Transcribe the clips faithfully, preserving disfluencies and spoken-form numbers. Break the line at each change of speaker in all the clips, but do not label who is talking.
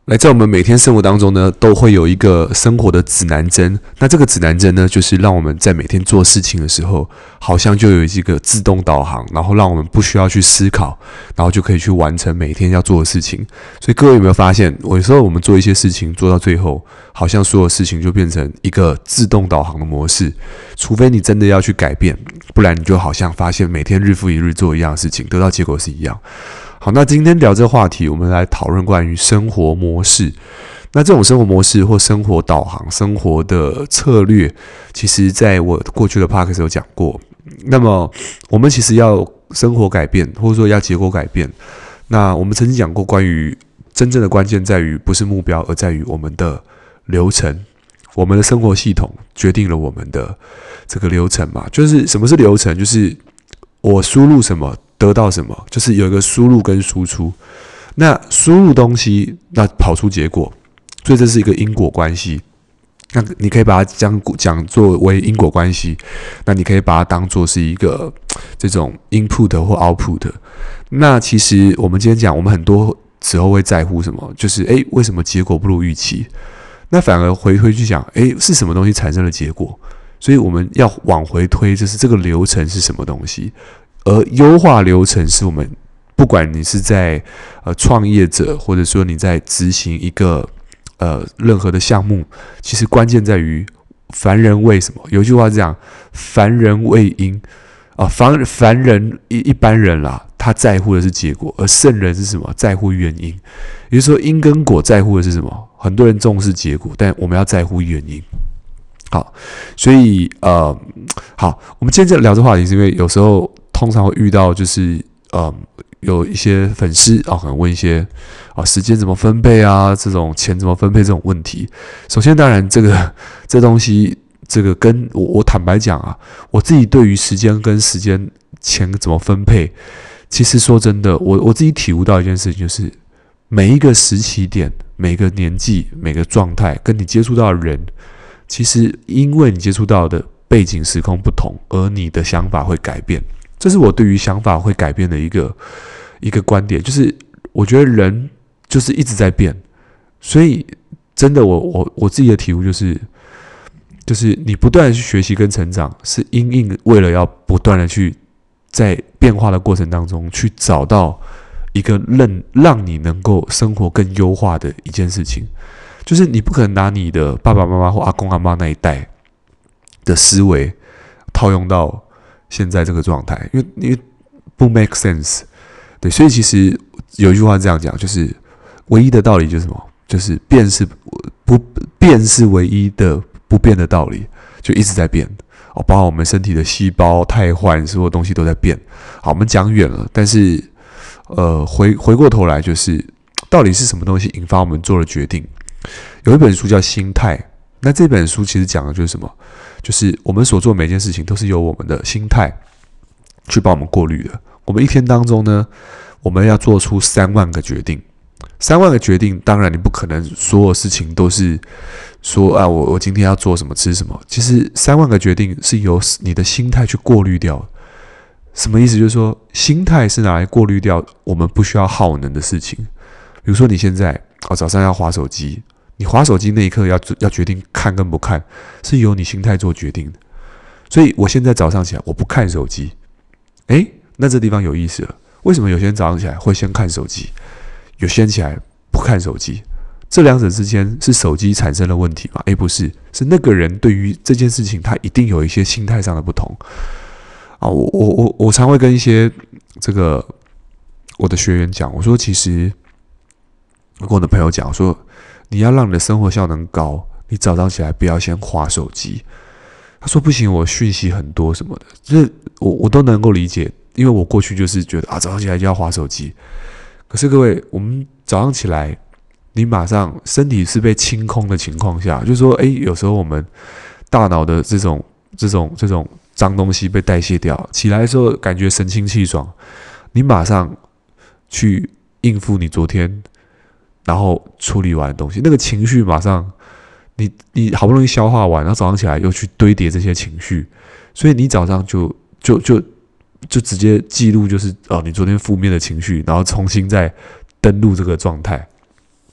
来，在我们每天生活当中呢，都会有一个生活的指南针。那这个指南针呢，就是让我们在每天做事情的时候，好像就有一个自动导航，然后让我们不需要去思考，然后就可以去完成每天要做的事情。所以各位有没有发现，有时候我们做一些事情做到最后，好像所有事情就变成一个自动导航的模式，除非你真的要去改变，不然你就好像发现每天日复一日做一样的事情，得到结果是一样。好，那今天聊这个话题，我们来讨论关于生活模式。那这种生活模式或生活导航、生活的策略，其实在我过去的 podcast 有讲过。那么我们其实要生活改变，或者说要结果改变，那我们曾经讲过，关于真正的关键在于不是目标，而在于我们的流程。我们的生活系统决定了我们的这个流程嘛，就是什么是流程？就是我输入什么得到什么，就是有一个输入跟输出。那输入东西，那跑出结果，所以这是一个因果关系。那你可以把它讲讲作为因果关系，那你可以把它当作是一个这种 input 或 output。那其实我们今天讲，我们很多时候会在乎什么？就是诶，为什么结果不如预期？那反而回推去想，诶，是什么东西产生了结果？所以我们要往回推，就是这个流程是什么东西？而优化流程是我们不管你是在呃创业者，或者说你在执行一个呃任何的项目，其实关键在于凡人为什么？有一句话是讲凡人为因啊，凡凡人一一般人啦，他在乎的是结果，而圣人是什么？在乎原因。也就是说，因跟果在乎的是什么？很多人重视结果，但我们要在乎原因。好，所以呃，好，我们今天在聊这个话题，是因为有时候通常会遇到就是呃有一些粉丝啊，可能问一些啊时间怎么分配啊，这种钱怎么分配这种问题。首先，当然这个这东西，这个跟我我坦白讲啊，我自己对于时间跟时间钱怎么分配，其实说真的，我我自己体悟到一件事情，就是每一个时期点、每个年纪、每个状态，跟你接触到的人。其实，因为你接触到的背景时空不同，而你的想法会改变。这是我对于想法会改变的一个一个观点，就是我觉得人就是一直在变，所以真的我，我我我自己的体悟就是，就是你不断的去学习跟成长，是因应为了要不断的去在变化的过程当中去找到一个让让你能够生活更优化的一件事情。就是你不可能拿你的爸爸妈妈或阿公阿妈那一代的思维套用到现在这个状态，因为因为不 make sense。对，所以其实有一句话这样讲，就是唯一的道理就是什么？就是变是不变是唯一的不变的道理，就一直在变哦，包括我们身体的细胞、汰换，所有东西都在变。好，我们讲远了，但是呃，回回过头来，就是到底是什么东西引发我们做了决定？有一本书叫《心态》，那这本书其实讲的就是什么？就是我们所做每件事情都是由我们的心态去帮我们过滤的。我们一天当中呢，我们要做出三万个决定，三万个决定，当然你不可能所有事情都是说啊，我我今天要做什么吃什么。其实三万个决定是由你的心态去过滤掉的。什么意思？就是说，心态是拿来过滤掉我们不需要耗能的事情。比如说，你现在哦早上要滑手机。你滑手机那一刻要要决定看跟不看，是由你心态做决定的。所以我现在早上起来我不看手机，诶，那这地方有意思了。为什么有些人早上起来会先看手机，有些人起来不看手机？这两者之间是手机产生了问题吗？诶，不是，是那个人对于这件事情他一定有一些心态上的不同啊。我我我我常会跟一些这个我的学员讲，我说其实我跟我的朋友讲说。你要让你的生活效能高，你早上起来不要先滑手机。他说不行，我讯息很多什么的，就是我我都能够理解，因为我过去就是觉得啊，早上起来就要滑手机。可是各位，我们早上起来，你马上身体是被清空的情况下，就是说，哎，有时候我们大脑的这种这种这种脏东西被代谢掉，起来的时候感觉神清气爽，你马上去应付你昨天。然后处理完的东西，那个情绪马上，你你好不容易消化完，然后早上起来又去堆叠这些情绪，所以你早上就就就就直接记录，就是哦，你昨天负面的情绪，然后重新再登录这个状态。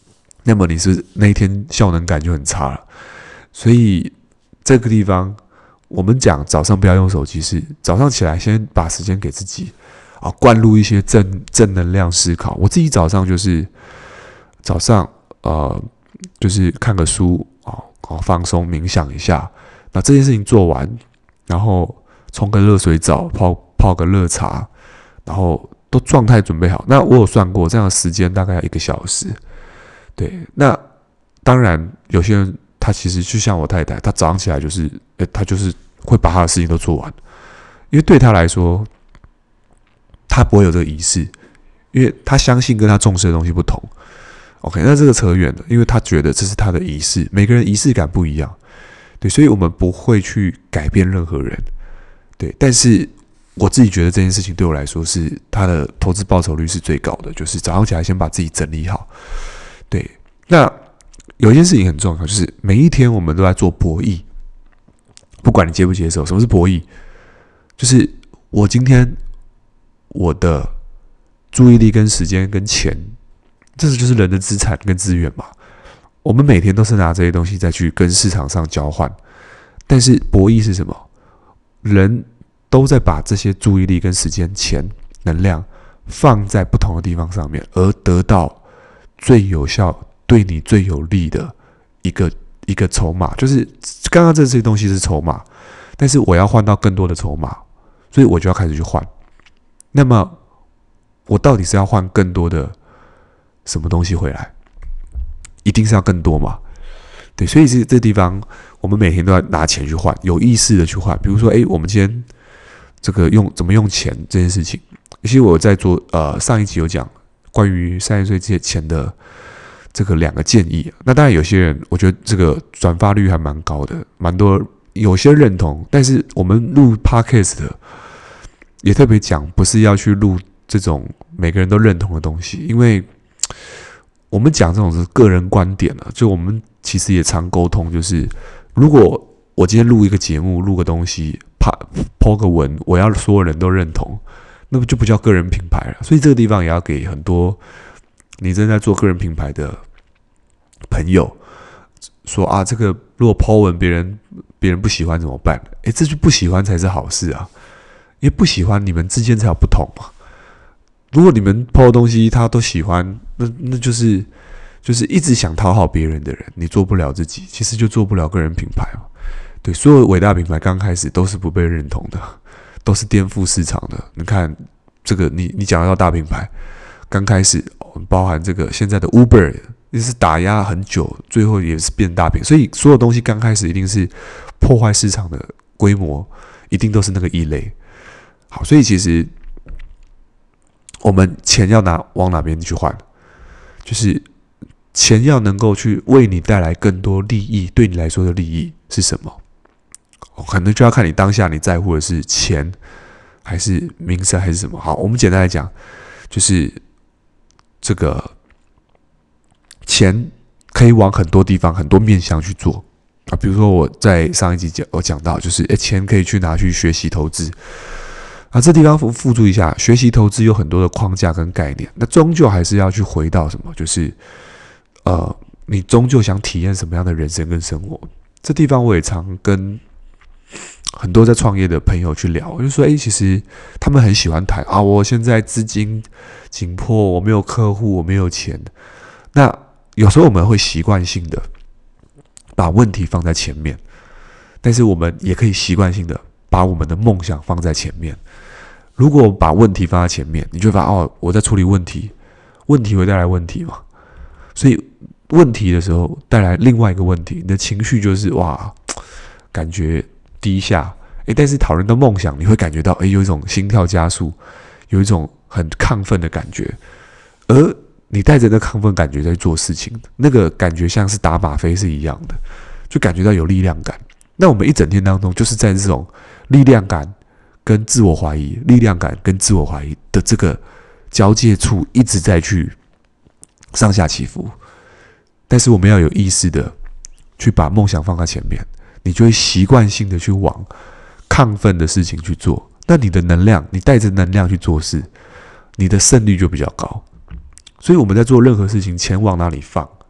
那么你是那一天效能感就很差了。所以这个地方，我们讲早上不要用手机是，早上起来先把时间给自己啊，灌入一些正正能量思考。我自己早上就是早上呃，就是看个书啊，放松冥想一下。那这件事情做完，然后冲个热水澡，泡泡个热茶，然后都状态准备好。那我有算过，这样的时间大概要一个小时。对，那当然有些人他其实就像我太太，她早上起来就是，欸、她就是会把她的事情都做完，因为对她来说，她不会有这个仪式，因为她相信跟她重视的东西不同。OK， 那这个扯远了，因为她觉得这是她的仪式，每个人仪式感不一样。对，所以我们不会去改变任何人，对。但是我自己觉得这件事情对我来说是它的投资报酬率是最高的，就是早上起来先把自己整理好。对，那有一件事情很重要，就是每一天我们都在做博弈，不管你接不接受。什么是博弈？就是我今天我的注意力跟时间跟钱，这就是人的资产跟资源嘛。我们每天都是拿这些东西再去跟市场上交换，但是博弈是什么？人都在把这些注意力跟时间、钱、能量放在不同的地方上面，而得到最有效、对你最有利的一个一个筹码。就是刚刚这些东西是筹码，但是我要换到更多的筹码，所以我就要开始去换。那么我到底是要换更多的什么东西回来？一定是要更多嘛？对，所以这这地方我们每天都要拿钱去换，有意识的去换。比如说，哎，我们今天这个用怎么用钱这件事情，其实我在做呃上一集有讲关于三十岁之前的这个两个建议。那当然有些人我觉得这个转发率还蛮高的，蛮多有些认同。但是我们录 podcast 的也特别讲，不是要去录这种每个人都认同的东西，因为我们讲这种是个人观点了，就我们其实也常沟通，就是如果我今天录一个节目，录个东西，拍 po 个文，我要所有人都认同，那么就不叫个人品牌了。所以这个地方也要给很多你正在做个人品牌的朋友说啊，这个如果 po 文别人别人不喜欢怎么办？哎，这就不喜欢才是好事啊，因为不喜欢你们之间才有不同嘛。如果你们 po 的东西他都喜欢，那那就是就是一直想讨好别人的人，你做不了自己，其实就做不了个人品牌嘛。对，所有伟大品牌刚开始都是不被认同的，都是颠覆市场的。你看这个，你你讲到大品牌，刚开始包含这个现在的 Uber 也是打压很久，最后也是变大品。所以所有东西刚开始一定是破坏市场的规模，一定都是那个异类。好，所以其实我们钱要拿往哪边去换？就是钱要能够去为你带来更多利益，对你来说的利益是什么？可能就要看你当下你在乎的是钱，还是名声，还是什么。好，我们简单来讲，就是这个钱可以往很多地方、很多面向去做啊。比如说我在上一集讲，我讲到，就是诶，钱可以去拿去学习投资。啊，这地方附注一下，学习投资有很多的框架跟概念，那终究还是要去回到什么？就是，呃，你终究想体验什么样的人生跟生活？这地方我也常跟很多在创业的朋友去聊，我就说，哎，其实他们很喜欢谈啊，我现在资金紧迫，我没有客户，我没有钱。那有时候我们会习惯性的把问题放在前面，但是我们也可以习惯性的把我们的梦想放在前面。如果把问题放在前面，你就会发现哦，我在处理问题，问题会带来问题嘛。所以问题的时候带来另外一个问题，你的情绪就是哇，感觉低下。诶，但是讨论到梦想，你会感觉到诶，有一种心跳加速，有一种很亢奋的感觉。而你带着那亢奋感觉在做事情，那个感觉像是打吗啡是一样的，就感觉到有力量感。那我们一整天当中，就是在这种力量感跟自我怀疑、力量感跟自我怀疑的这个交界处，一直在去上下起伏。但是我们要有意识的去把梦想放在前面，你就会习惯性的去往亢奋的事情去做。那你的能量，你带着能量去做事，你的胜率就比较高。所以我们在做任何事情，钱往哪里放，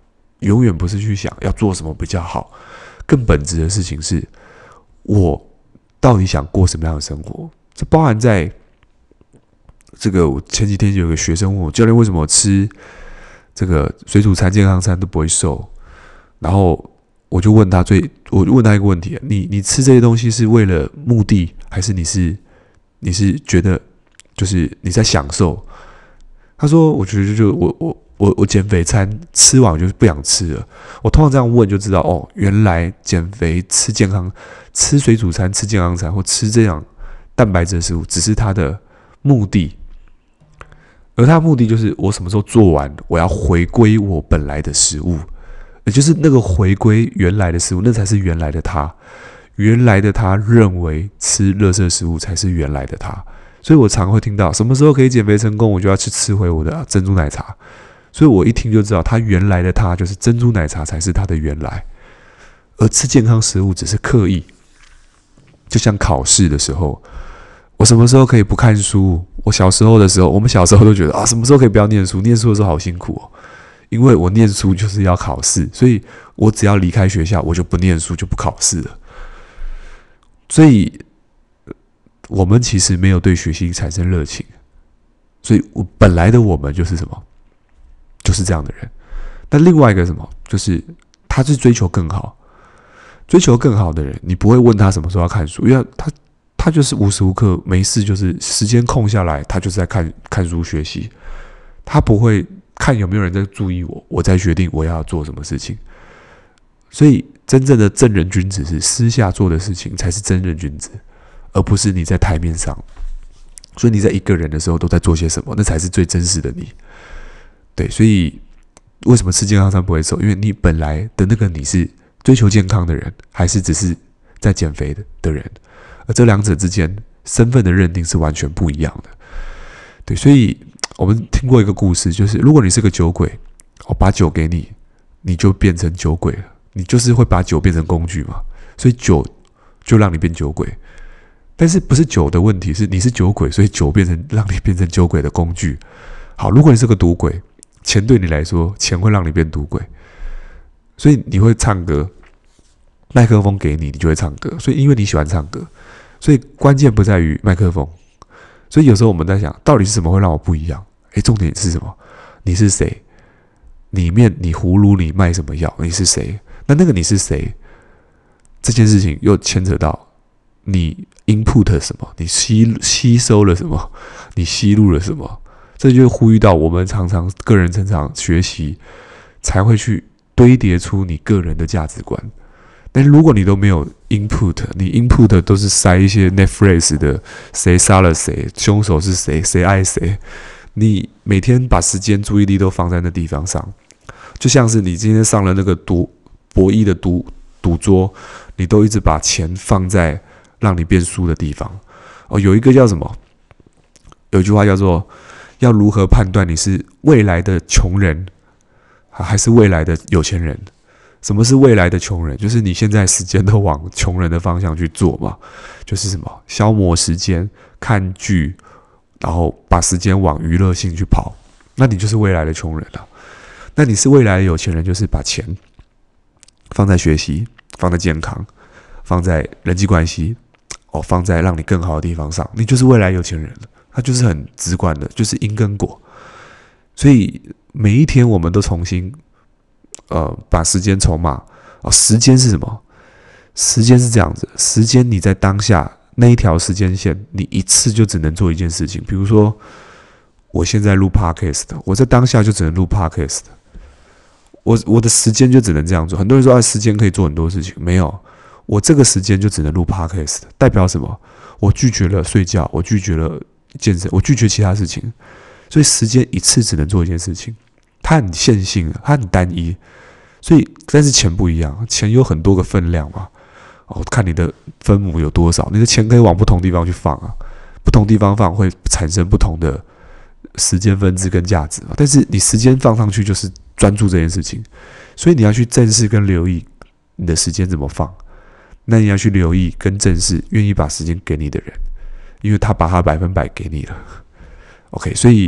永远不是去想要做什么比较好，更本质的事情是，我到底想过什么样的生活？这包含在这个，我前几天有个学生问我，教练为什么我吃这个水煮餐、健康餐都不会瘦？然后我就问他最，我就问他一个问题：你你吃这些东西是为了目的，还是你是你是觉得就是你在享受？他说：我觉得就我我我我减肥餐吃完我就不想吃了。我通常这样问就知道，哦，原来减肥吃健康、吃水煮餐、吃健康餐或吃这样蛋白质的食物，只是他的目的。而他的目的就是我什么时候做完，我要回归我本来的食物，也就是那个回归原来的食物，那才是原来的他。原来的他认为吃垃圾食物才是原来的他，所以我常会听到什么时候可以减肥成功，我就要去吃回我的珍珠奶茶。所以我一听就知道，他原来的他就是珍珠奶茶才是他的原来，而吃健康食物只是刻意。就像考试的时候，我什么时候可以不看书？我小时候的时候，我们小时候都觉得啊，什么时候可以不要念书？念书的时候好辛苦哦，因为我念书就是要考试，所以我只要离开学校，我就不念书，就不考试了。所以，我们其实没有对学习产生热情，所以我本来的我们就是什么，就是这样的人。但另外一个什么，就是他是追求更好，追求更好的人，你不会问他什么时候要看书，因为他。他就是无时无刻没事，就是时间空下来，他就是在看看书学习。他不会看有没有人在注意我，我再决定我要做什么事情。所以，真正的正人君子是私下做的事情才是真人君子，而不是你在台面上。所以你在一个人的时候都在做些什么，那才是最真实的你。对，所以为什么吃健康餐不会瘦？因为你本来的那个你是追求健康的人，还是只是在减肥 的, 的人？而这两者之间身份的认定是完全不一样的。对，所以我们听过一个故事，就是如果你是个酒鬼，我把酒给你，你就变成酒鬼了，你就是会把酒变成工具嘛，所以酒就让你变酒鬼。但是不是酒的问题，是你是酒鬼，所以酒变成让你变成酒鬼的工具。好，如果你是个赌鬼，钱对你来说，钱会让你变赌鬼，所以你会唱歌，麦克风给你，你就会唱歌，所以因为你喜欢唱歌。所以关键不在于麦克风，所以有时候我们在想，到底是什么会让我不一样？诶，重点是什么？你是谁？里面你葫芦里卖什么药？你是谁？那那个你是谁？这件事情又牵扯到你 input 什么？你吸吸收了什么？你吸入了什么？这就呼吁到我们常常个人成长学习，才会去堆叠出你个人的价值观。但如果你都没有 input， 你 input 都是塞一些 Netflix 的谁杀了谁，凶手是谁，谁爱谁，你每天把时间注意力都放在那地方上，就像是你今天上了那个赌博弈的赌赌桌，你都一直把钱放在让你变输的地方。哦，有一个叫什么？有一句话叫做要如何判断你是未来的穷人还是未来的有钱人？什么是未来的穷人？就是你现在时间都往穷人的方向去做嘛，就是什么消磨时间、看剧，然后把时间往娱乐性去跑，那你就是未来的穷人了。那你是未来的有钱人，就是把钱放在学习、放在健康、放在人际关系，哦，放在让你更好的地方上，你就是未来有钱人了。它就是很直观的，就是因跟果。所以每一天我们都重新。呃，把时间筹码哦，时间是什么？时间是这样子，时间你在当下那一条时间线，你一次就只能做一件事情。比如说，我现在录 podcast， 我在当下就只能录 podcast， 我我的时间就只能这样做。很多人说，啊，时间可以做很多事情，没有，我这个时间就只能录 podcast， 代表什么？我拒绝了睡觉，我拒绝了健身，我拒绝其他事情，所以时间一次只能做一件事情。它很线性，它很单一，所以但是钱不一样，钱有很多个分量嘛。哦，看你的分母有多少，你的钱可以往不同地方去放啊，不同地方放会产生不同的时间分支跟价值嘛。但是你时间放上去就是专注这件事情，所以你要去正视跟留意你的时间怎么放。那你要去留意跟正视愿意把时间给你的人，因为他把他百分百给你了。OK， 所以。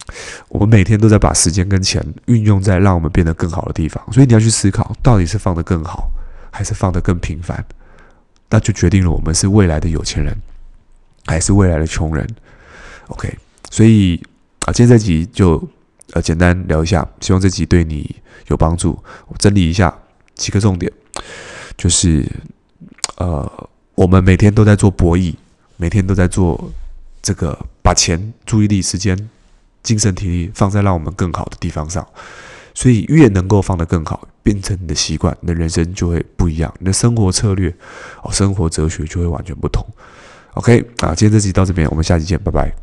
我们每天都在把时间跟钱运用在让我们变得更好的地方，所以你要去思考，到底是放得更好，还是放得更平凡？那就决定了我们是未来的有钱人，还是未来的穷人。OK， 所以啊，今天这集就呃简单聊一下，希望这集对你有帮助。我整理一下几个重点，就是呃，我们每天都在做博弈，每天都在做这个把钱、注意力、时间、精神体力放在让我们更好的地方上，所以越能够放得更好，变成你的习惯，你的人生就会不一样，你的生活策略、哦，生活哲学就会完全不同。OK， 啊，今天这集到这边，我们下期见，拜拜。